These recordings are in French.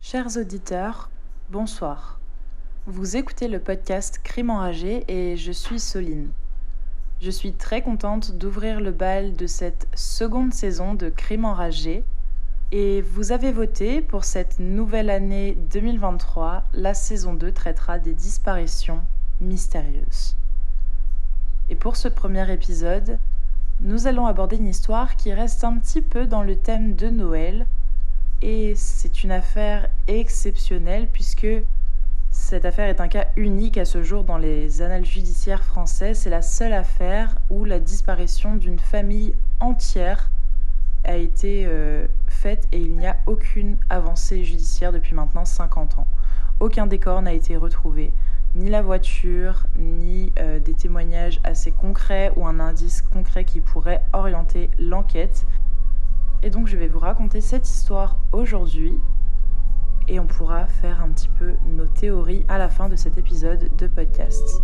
Chers auditeurs, bonsoir. Vous écoutez le podcast Crime enragé et je suis Soline. Je suis très contente d'ouvrir le bal de cette seconde saison de Crime enragé et vous avez voté pour cette nouvelle année 2023. La saison 2 traitera des disparitions mystérieuses. Et pour ce premier épisode, nous allons aborder une histoire qui reste un petit peu dans le thème de Noël. Et c'est une affaire exceptionnelle puisque cette affaire est un cas unique à ce jour dans les annales judiciaires françaises. C'est la seule affaire où la disparition d'une famille entière a été faite et il n'y a aucune avancée judiciaire depuis maintenant 50 ans. Aucun des corps n'a été retrouvé, ni la voiture, ni des témoignages assez concrets ou un indice concret qui pourrait orienter l'enquête. Et donc je vais vous raconter cette histoire aujourd'hui et on pourra faire un petit peu nos théories à la fin de cet épisode de podcast.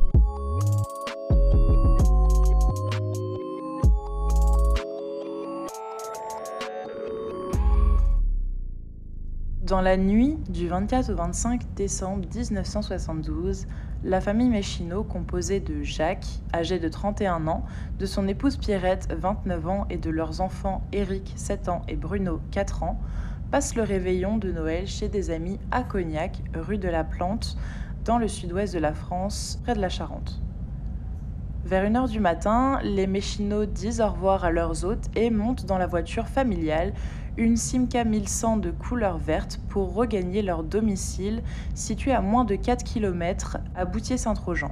Dans la nuit du 24 au 25 décembre 1972, la famille Méchineau, composée de Jacques, âgé de 31 ans, de son épouse Pierrette, 29 ans, et de leurs enfants Éric, 7 ans, et Bruno, 4 ans, passe le réveillon de Noël chez des amis à Cognac, rue de la Plante, dans le sud-ouest de la France, près de la Charente. Vers 1h du matin, les Méchineau disent au revoir à leurs hôtes et montent dans la voiture familiale, une Simca 1100 de couleur verte, pour regagner leur domicile situé à moins de 4 km à Boutier-Saint-Trojan.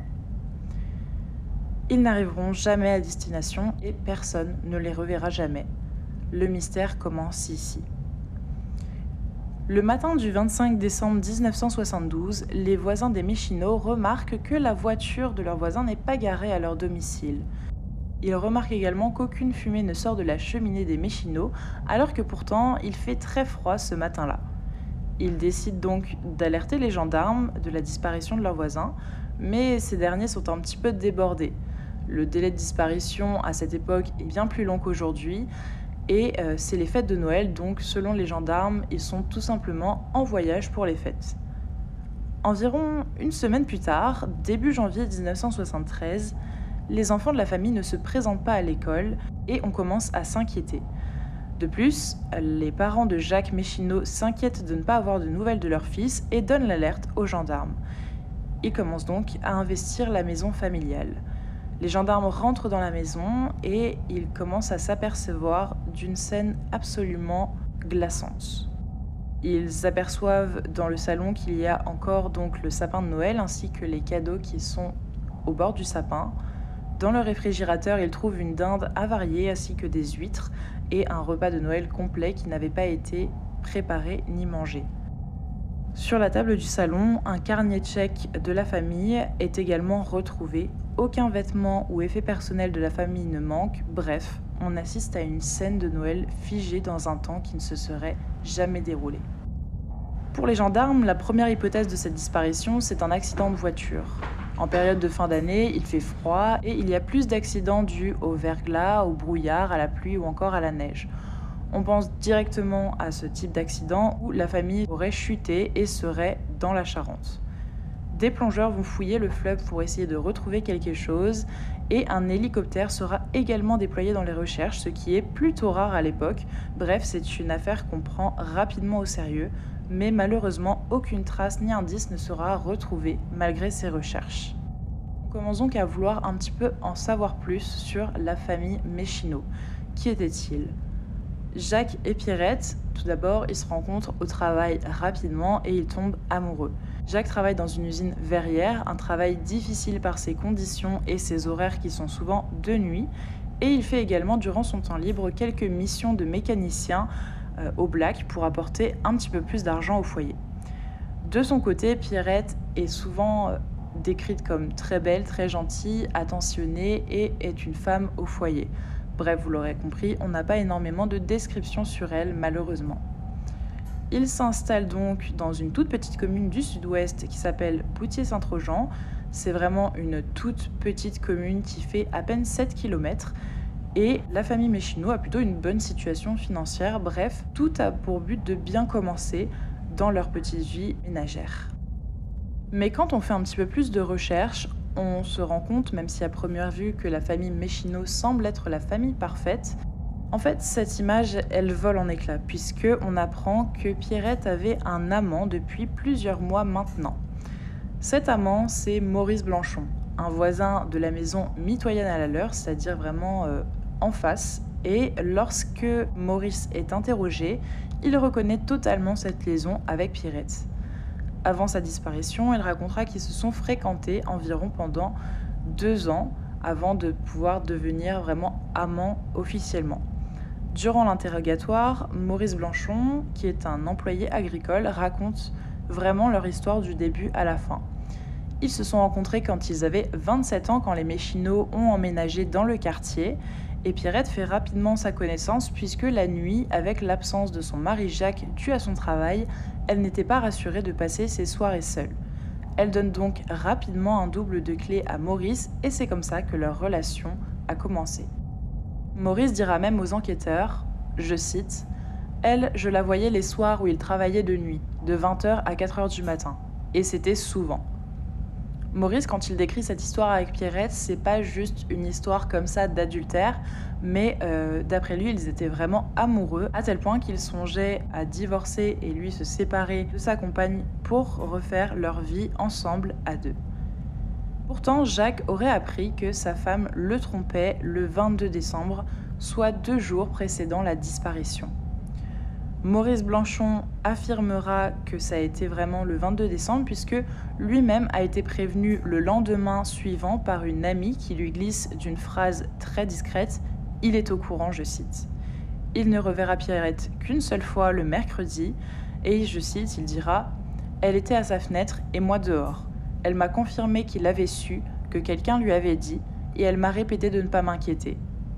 Ils n'arriveront jamais à destination et personne ne les reverra jamais. Le mystère commence ici. Le matin du 25 décembre 1972, les voisins des Méchineau remarquent que la voiture de leur voisin n'est pas garée à leur domicile. Ils remarquent également qu'aucune fumée ne sort de la cheminée des Méchineau, alors que pourtant il fait très froid ce matin-là. Ils décident donc d'alerter les gendarmes de la disparition de leur voisin, mais ces derniers sont un petit peu débordés. Le délai de disparition à cette époque est bien plus long qu'aujourd'hui, et c'est les fêtes de Noël, donc selon les gendarmes, ils sont tout simplement en voyage pour les fêtes. Environ une semaine plus tard, début janvier 1973, les enfants de la famille ne se présentent pas à l'école et on commence à s'inquiéter. De plus, les parents de Jacques Méchineau s'inquiètent de ne pas avoir de nouvelles de leur fils et donnent l'alerte aux gendarmes. Ils commencent donc à investir la maison familiale. Les gendarmes rentrent dans la maison et ils commencent à s'apercevoir d'une scène absolument glaçante. Ils aperçoivent dans le salon qu'il y a encore donc le sapin de Noël ainsi que les cadeaux qui sont au bord du sapin. Dans le réfrigérateur, ils trouvent une dinde avariée ainsi que des huîtres et un repas de Noël complet qui n'avait pas été préparé ni mangé. Sur la table du salon, un carnet de chèques de la famille est également retrouvé. Aucun vêtement ou effet personnel de la famille ne manque. Bref, on assiste à une scène de Noël figée dans un temps qui ne se serait jamais déroulé. Pour les gendarmes, la première hypothèse de cette disparition, c'est un accident de voiture. En période de fin d'année, il fait froid et il y a plus d'accidents dus au verglas, au brouillard, à la pluie ou encore à la neige. On pense directement à ce type d'accident où la famille aurait chuté et serait dans la Charente. Des plongeurs vont fouiller le fleuve pour essayer de retrouver quelque chose et un hélicoptère sera également déployé dans les recherches, ce qui est plutôt rare à l'époque. Bref, c'est une affaire qu'on prend rapidement au sérieux, mais malheureusement, aucune trace ni indice ne sera retrouvé malgré ces recherches. On commence donc à vouloir un petit peu en savoir plus sur la famille Méchineau. Qui était-il ? Jacques et Pierrette, tout d'abord, ils se rencontrent au travail rapidement et ils tombent amoureux. Jacques travaille dans une usine verrière, un travail difficile par ses conditions et ses horaires qui sont souvent de nuit. Et il fait également, durant son temps libre, quelques missions de mécanicien au black pour apporter un petit peu plus d'argent au foyer. De son côté, Pierrette est souvent décrite comme très belle, très gentille, attentionnée et est une femme au foyer. Bref, vous l'aurez compris, on n'a pas énormément de descriptions sur elle, malheureusement. Il s'installe donc dans une toute petite commune du sud-ouest qui s'appelle Boutier-Saint-Trojan. C'est vraiment une toute petite commune qui fait à peine 7 km. Et la famille Méchineau a plutôt une bonne situation financière. Bref, tout a pour but de bien commencer. dans leur petite vie ménagère. Mais quand on fait un petit peu plus de recherches, on se rend compte, même si à première vue que la famille Méchineau semble être la famille parfaite, en fait cette image elle vole en éclats puisque on apprend que Pierrette avait un amant depuis plusieurs mois maintenant. Cet amant c'est Maurice Blanchon, un voisin de la maison mitoyenne à la leur, c'est-à-dire vraiment en face, et lorsque Maurice est interrogé, il reconnaît totalement cette liaison avec Pierrette. Avant sa disparition, il racontera qu'ils se sont fréquentés environ pendant 2 ans avant de pouvoir devenir vraiment amants officiellement. Durant l'interrogatoire, Maurice Blanchon, qui est un employé agricole, raconte vraiment leur histoire du début à la fin. Ils se sont rencontrés quand ils avaient 27 ans, quand les Méchineau ont emménagé dans le quartier, et Pierrette fait rapidement sa connaissance puisque la nuit, avec l'absence de son mari Jacques dû à son travail, elle n'était pas rassurée de passer ses soirées seule. Elle donne donc rapidement un double de clé à Maurice et c'est comme ça que leur relation a commencé. Maurice dira même aux enquêteurs, je cite, « Elle, je la voyais les soirs où il travaillait de nuit, de 20h à 4h du matin. Et c'était souvent. » Maurice, quand il décrit cette histoire avec Pierrette, c'est pas juste une histoire comme ça d'adultère, mais d'après lui, ils étaient vraiment amoureux, à tel point qu'ils songeaient à divorcer et lui se séparer de sa compagne pour refaire leur vie ensemble à deux. Pourtant, Jacques aurait appris que sa femme le trompait le 22 décembre, soit 2 jours précédant la disparition. Maurice Blanchon affirmera que ça a été vraiment le 22 décembre puisque lui-même a été prévenu le lendemain suivant par une amie qui lui glisse d'une phrase très discrète « Il est au courant », je cite. Il ne reverra Pierrette qu'une seule fois le mercredi et, je cite, il dira « Elle était à sa fenêtre et moi dehors. Elle m'a confirmé qu'il avait su, que quelqu'un lui avait dit et elle m'a répété de ne pas m'inquiéter. »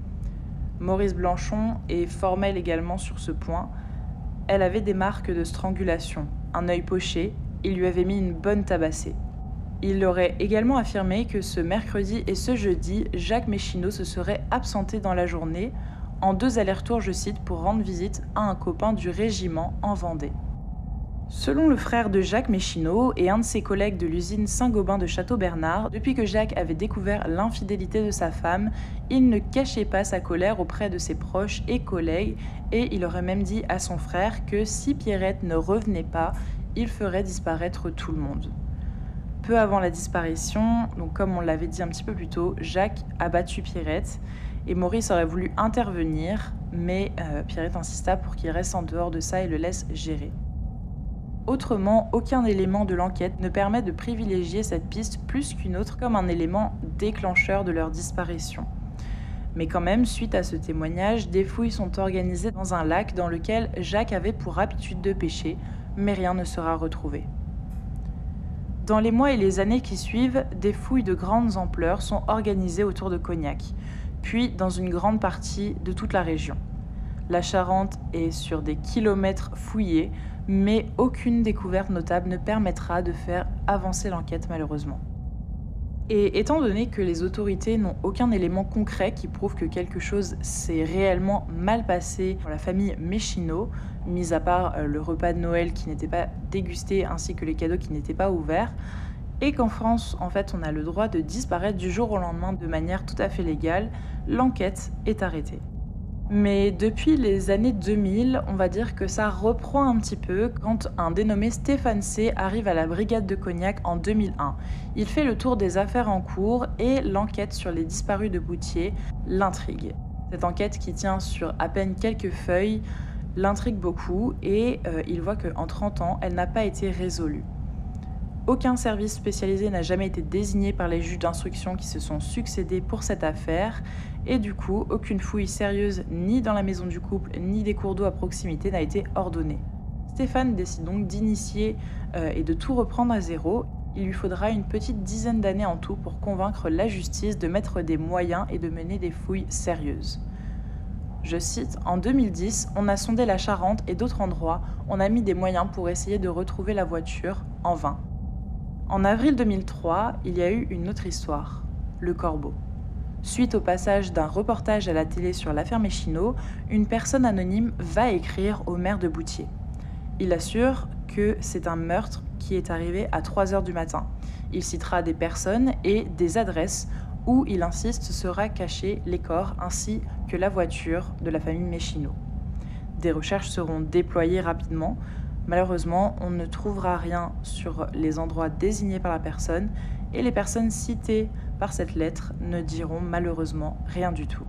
Maurice Blanchon est formel également sur ce point. Elle avait des marques de strangulation, un œil poché, il lui avait mis une bonne tabassée. Il aurait également affirmé que ce mercredi et ce jeudi, Jacques Méchineau se serait absenté dans la journée, en 2 allers-retours, je cite, pour rendre visite à un copain du régiment en Vendée. Selon le frère de Jacques Méchineau et un de ses collègues de l'usine Saint-Gobain de Château-Bernard, depuis que Jacques avait découvert l'infidélité de sa femme, il ne cachait pas sa colère auprès de ses proches et collègues et il aurait même dit à son frère que si Pierrette ne revenait pas, il ferait disparaître tout le monde. Peu avant la disparition, donc comme on l'avait dit un petit peu plus tôt, Jacques a battu Pierrette et Maurice aurait voulu intervenir, mais Pierrette insista pour qu'il reste en dehors de ça et le laisse gérer. Autrement, aucun élément de l'enquête ne permet de privilégier cette piste plus qu'une autre comme un élément déclencheur de leur disparition. Mais quand même, suite à ce témoignage, des fouilles sont organisées dans un lac dans lequel Jacques avait pour habitude de pêcher, mais rien ne sera retrouvé. Dans les mois et les années qui suivent, des fouilles de grandes ampleurs sont organisées autour de Cognac, puis dans une grande partie de toute la région. La Charente est sur des kilomètres fouillés, mais aucune découverte notable ne permettra de faire avancer l'enquête malheureusement. Et étant donné que les autorités n'ont aucun élément concret qui prouve que quelque chose s'est réellement mal passé pour la famille Méchineau, mis à part le repas de Noël qui n'était pas dégusté ainsi que les cadeaux qui n'étaient pas ouverts, et qu'en France, en fait, on a le droit de disparaître du jour au lendemain de manière tout à fait légale, l'enquête est arrêtée. Mais depuis les années 2000, on va dire que ça reprend un petit peu quand un dénommé Stéphane C. arrive à la brigade de Cognac en 2001. Il fait le tour des affaires en cours et l'enquête sur les disparus de Boutier l'intrigue. Cette enquête qui tient sur à peine quelques feuilles l'intrigue beaucoup et il voit qu'en 30 ans, elle n'a pas été résolue. Aucun service spécialisé n'a jamais été désigné par les juges d'instruction qui se sont succédés pour cette affaire et du coup, aucune fouille sérieuse ni dans la maison du couple ni des cours d'eau à proximité n'a été ordonnée. Stéphane décide donc d'initier et de tout reprendre à zéro. Il lui faudra une petite dizaine d'années en tout pour convaincre la justice de mettre des moyens et de mener des fouilles sérieuses. Je cite, « En 2010, on a sondé la Charente et d'autres endroits, on a mis des moyens pour essayer de retrouver la voiture, en vain. » En avril 2003, il y a eu une autre histoire, le corbeau. Suite au passage d'un reportage à la télé sur l'affaire Méchineau, une personne anonyme va écrire au maire de Boutier. Il assure que c'est un meurtre qui est arrivé à 3 heures du matin. Il citera des personnes et des adresses où il insiste sera caché les corps ainsi que la voiture de la famille Mechino. Des recherches seront déployées rapidement. Malheureusement, on ne trouvera rien sur les endroits désignés par la personne et les personnes citées par cette lettre ne diront malheureusement rien du tout.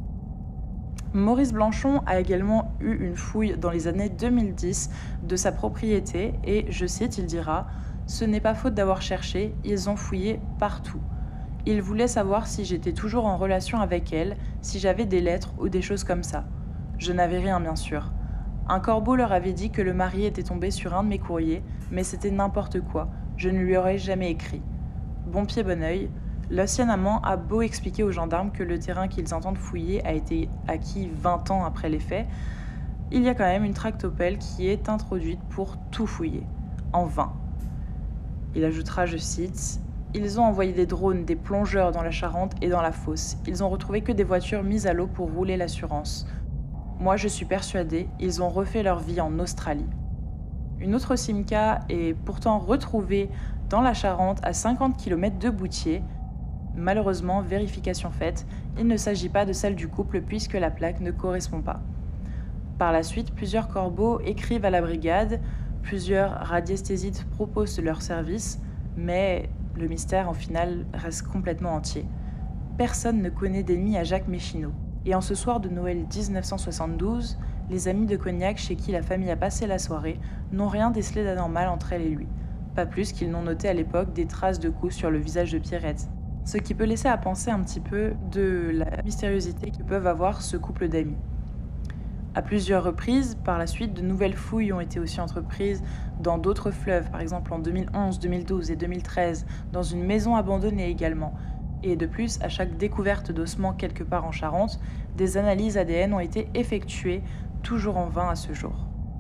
Maurice Blanchon a également eu une fouille dans les années 2010 de sa propriété et, je cite, il dira « Ce n'est pas faute d'avoir cherché, ils ont fouillé partout. Ils voulaient savoir si j'étais toujours en relation avec elle, si j'avais des lettres ou des choses comme ça. Je n'avais rien, bien sûr. Un corbeau leur avait dit que le mari était tombé sur un de mes courriers, mais c'était n'importe quoi, je ne lui aurais jamais écrit. Bon pied, bon oeil. L'ancien amant a beau expliquer aux gendarmes que le terrain qu'ils entendent fouiller a été acquis 20 ans après les faits, il y a quand même une tractopelle qui est introduite pour tout fouiller, en vain. Il ajoutera, je cite, « Ils ont envoyé des drones, des plongeurs dans la Charente et dans la fosse. Ils ont retrouvé que des voitures mises à l'eau pour rouler l'assurance. Moi, je suis persuadée, ils ont refait leur vie en Australie. » Une autre Simca est pourtant retrouvée dans la Charente à 50 km de Boutier. Malheureusement, vérification faite, il ne s'agit pas de celle du couple puisque la plaque ne correspond pas. Par la suite, plusieurs corbeaux écrivent à la brigade, plusieurs radiesthésistes proposent leurs services, mais le mystère en final reste complètement entier. Personne ne connaît d'ennemi à Jacques Mechino. Et en ce soir de Noël 1972, les amis de Cognac chez qui la famille a passé la soirée n'ont rien décelé d'anormal entre elle et lui. Pas plus qu'ils n'ont noté à l'époque des traces de coups sur le visage de Pierrette. Ce qui peut laisser à penser un petit peu de la mystériosité que peuvent avoir ce couple d'amis. À plusieurs reprises, par la suite, de nouvelles fouilles ont été aussi entreprises dans d'autres fleuves, par exemple en 2011, 2012 et 2013, dans une maison abandonnée également. Et de plus, à chaque découverte d'ossements quelque part en Charente, des analyses ADN ont été effectuées, toujours en vain à ce jour.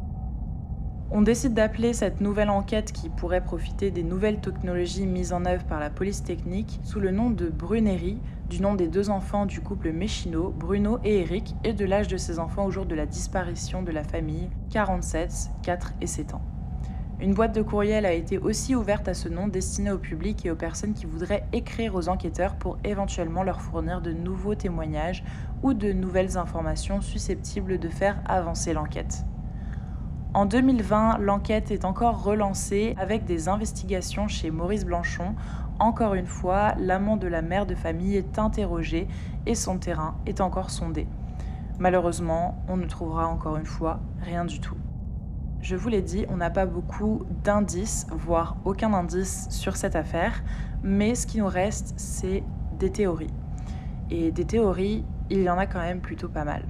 On décide d'appeler cette nouvelle enquête qui pourrait profiter des nouvelles technologies mises en œuvre par la police technique sous le nom de Brunerie, du nom des 2 enfants du couple Mechino, Bruno et Eric, et de l'âge de ces enfants au jour de la disparition de la famille, 47, 4 et 7 ans. Une boîte de courriel a été aussi ouverte à ce nom destinée au public et aux personnes qui voudraient écrire aux enquêteurs pour éventuellement leur fournir de nouveaux témoignages ou de nouvelles informations susceptibles de faire avancer l'enquête. En 2020, l'enquête est encore relancée avec des investigations chez Maurice Blanchon. Encore une fois, l'amant de la mère de famille est interrogé et son terrain est encore sondé. Malheureusement, on ne trouvera encore une fois rien du tout. Je vous l'ai dit, on n'a pas beaucoup d'indices, voire aucun indice sur cette affaire, mais ce qui nous reste, c'est des théories. Et des théories, il y en a quand même plutôt pas mal.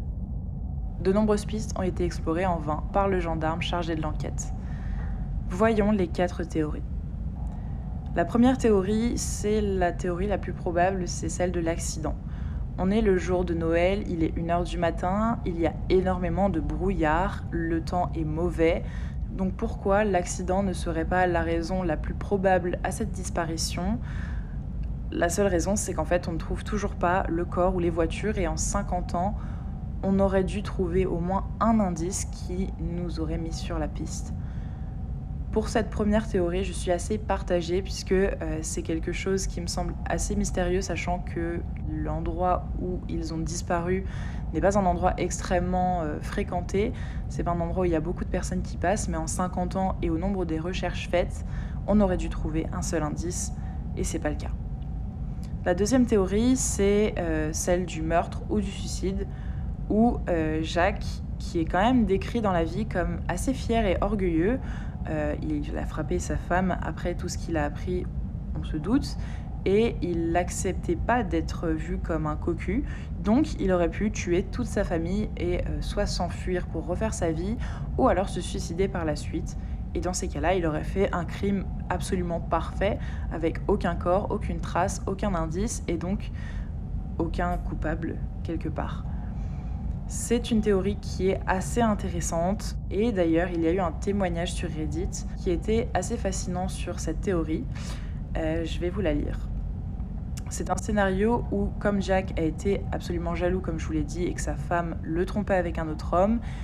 De nombreuses pistes ont été explorées en vain par le gendarme chargé de l'enquête. Voyons les 4 théories. La première théorie, c'est la théorie la plus probable, c'est celle de l'accident. On est le jour de Noël, il est 1h du matin, il y a énormément de brouillard, le temps est mauvais. Donc pourquoi l'accident ne serait pas la raison la plus probable à cette disparition ? La seule raison, c'est qu'en fait, on ne trouve toujours pas le corps ou les voitures et en 50 ans, on aurait dû trouver au moins un indice qui nous aurait mis sur la piste. Pour cette première théorie, je suis assez partagée puisque c'est quelque chose qui me semble assez mystérieux, sachant que l'endroit où ils ont disparu n'est pas un endroit extrêmement fréquenté. C'est pas un endroit où il y a beaucoup de personnes qui passent, mais en 50 ans et au nombre des recherches faites, on aurait dû trouver un seul indice et c'est pas le cas. La deuxième théorie, c'est celle du meurtre ou du suicide, où Jacques, qui est quand même décrit dans la vie comme assez fier et orgueilleux, il a frappé sa femme après tout ce qu'il a appris, on se doute, et il n'acceptait pas d'être vu comme un cocu, donc il aurait pu tuer toute sa famille et soit s'enfuir pour refaire sa vie, ou alors se suicider par la suite. Et dans ces cas-là, il aurait fait un crime absolument parfait, avec aucun corps, aucune trace, aucun indice, et donc aucun coupable quelque part. C'est une théorie qui est assez intéressante et d'ailleurs il y a eu un témoignage sur Reddit qui était assez fascinant sur cette théorie. Je vais vous la lire. C'est un scénario où, comme Jack a été absolument jaloux comme je vous l'ai dit et que sa femme le trompait avec un autre homme,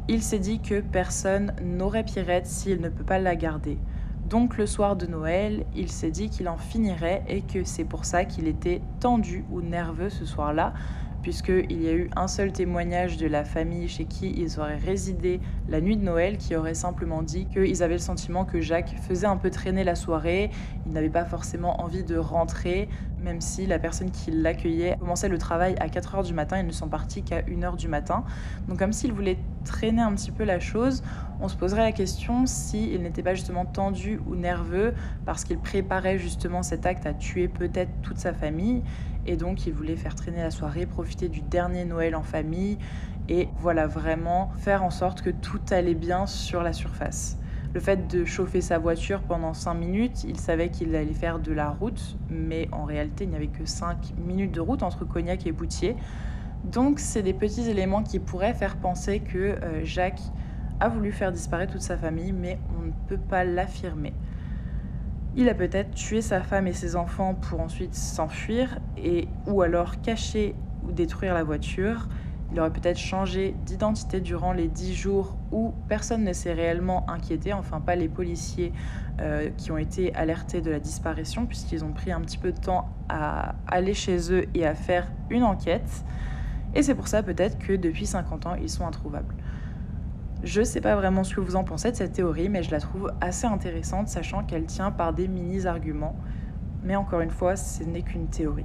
Il s'est dit que personne n'aurait Pierrette s'il ne peut pas la garder. Donc le soir de Noël, il s'est dit qu'il en finirait et que c'est pour ça qu'il était tendu ou nerveux ce soir-là, puisqu'il y a eu un seul témoignage de la famille chez qui ils auraient résidé la nuit de Noël qui aurait simplement dit qu'ils avaient le sentiment que Jacques faisait un peu traîner la soirée, il n'avait pas forcément envie de rentrer, même si la personne qui l'accueillait commençait le travail à 4h du matin, ils ne sont partis qu'à 1h du matin. Donc comme s'il voulait traîner un petit peu la chose, on se poserait la question s'il n'était pas justement tendu ou nerveux parce qu'il préparait justement cet acte à tuer peut-être toute sa famille et donc il voulait faire traîner la soirée, profiter du dernier Noël en famille et voilà, vraiment faire en sorte que tout allait bien sur la surface. Le fait de chauffer sa voiture pendant 5 minutes, il savait qu'il allait faire de la route, mais en réalité il n'y avait que 5 minutes de route entre Cognac et Boutier. Donc c'est des petits éléments qui pourraient faire penser que Jacques a voulu faire disparaître toute sa famille, mais on ne peut pas l'affirmer. Il a peut-être tué sa femme et ses enfants pour ensuite s'enfuir, ou alors cacher ou détruire la voiture. Il aurait peut-être changé d'identité durant les 10 jours où personne ne s'est réellement inquiété, enfin pas les policiers qui ont été alertés de la disparition, puisqu'ils ont pris un petit peu de temps à aller chez eux et à faire une enquête. Et c'est pour ça peut-être que depuis 50 ans, ils sont introuvables. Je sais pas vraiment ce que vous en pensez de cette théorie, mais je la trouve assez intéressante, sachant qu'elle tient par des mini-arguments. Mais encore une fois, ce n'est qu'une théorie.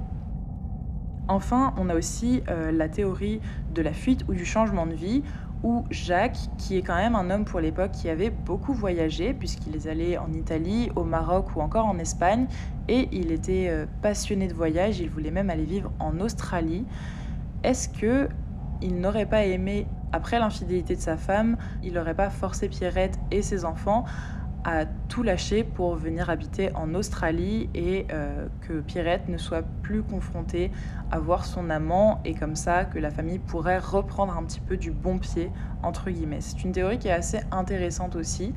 Enfin, on a aussi la théorie de la fuite ou du changement de vie, où Jacques, qui est quand même un homme pour l'époque qui avait beaucoup voyagé, puisqu'il est allé en Italie, au Maroc ou encore en Espagne, et il était passionné de voyage, il voulait même aller vivre en Australie. Est-ce qu'il n'aurait pas aimé, après l'infidélité de sa femme, il n'aurait pas forcé Pierrette et ses enfants à tout lâcher pour venir habiter en Australie et que Pierrette ne soit plus confrontée à voir son amant et comme ça que la famille pourrait reprendre un petit peu du bon pied, entre guillemets. C'est une théorie qui est assez intéressante aussi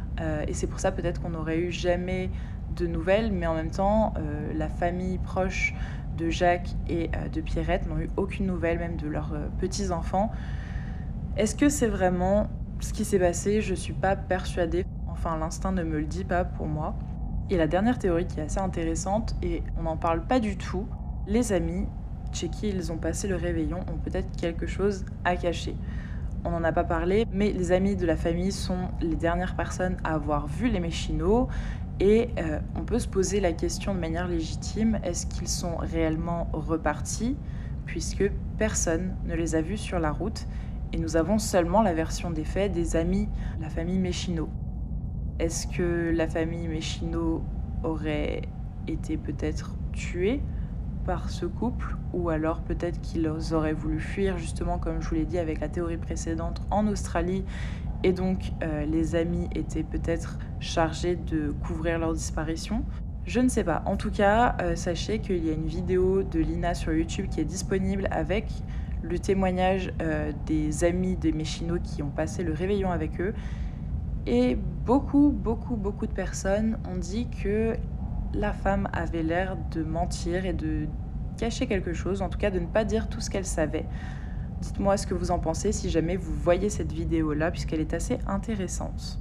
et c'est pour ça peut-être qu'on n'aurait eu jamais de nouvelles, mais en même temps la famille proche de Jacques et de Pierrette n'ont eu aucune nouvelle, même de leurs petits-enfants. Est-ce que c'est vraiment ce qui s'est passé? Je ne suis pas persuadée. Enfin, l'instinct ne me le dit pas pour moi. Et la dernière théorie qui est assez intéressante, et on n'en parle pas du tout, les amis chez qui ils ont passé le réveillon ont peut-être quelque chose à cacher. On n'en a pas parlé, mais les amis de la famille sont les dernières personnes à avoir vu les Méchinots. Et on peut se poser la question de manière légitime, est-ce qu'ils sont réellement repartis, puisque personne ne les a vus sur la route, et nous avons seulement la version des faits des amis de la famille Méchinot. Est-ce que la famille Méchinot aurait été peut-être tuée par ce couple, ou alors peut-être qu'ils auraient voulu fuir, justement comme je vous l'ai dit avec la théorie précédente, en Australie, et donc les amis étaient peut-être chargés de couvrir leur disparition. Je ne sais pas. En tout cas, sachez qu'il y a une vidéo de Lina sur YouTube qui est disponible avec le témoignage des amis des Méchinots qui ont passé le réveillon avec eux. Et beaucoup de personnes ont dit que la femme avait l'air de mentir et de cacher quelque chose, en tout cas de ne pas dire tout ce qu'elle savait. Dites-moi ce que vous en pensez si jamais vous voyez cette vidéo-là, puisqu'elle est assez intéressante.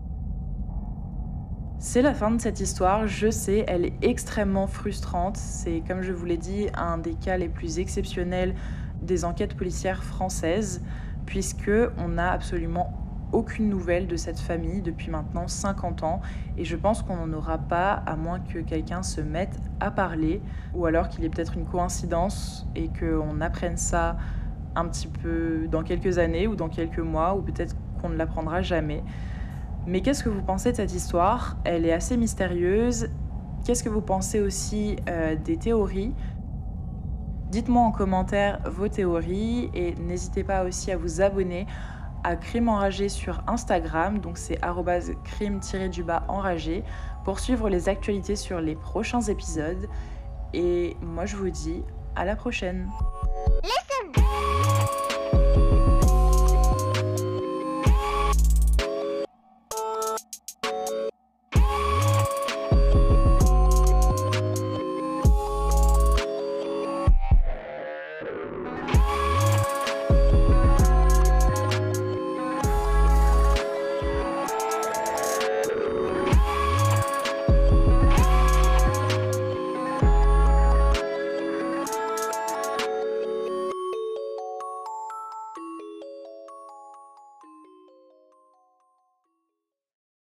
C'est la fin de cette histoire, je sais, elle est extrêmement frustrante. C'est, comme je vous l'ai dit, un des cas les plus exceptionnels des enquêtes policières françaises, puisqu'on n'a absolument aucune nouvelle de cette famille depuis maintenant 50 ans. Et je pense qu'on n'en aura pas, à moins que quelqu'un se mette à parler, ou alors qu'il y ait peut-être une coïncidence et qu'on apprenne ça un petit peu dans quelques années ou dans quelques mois, ou peut-être qu'on ne l'apprendra jamais. Mais qu'est-ce que vous pensez de cette histoire? Elle est assez mystérieuse. Qu'est-ce que vous pensez aussi des théories? Dites-moi en commentaire vos théories et n'hésitez pas aussi à vous abonner à Crime Enragé sur Instagram, donc c'est @crime-enragé pour suivre les actualités sur les prochains épisodes. Et moi je vous dis à la prochaine. Listen.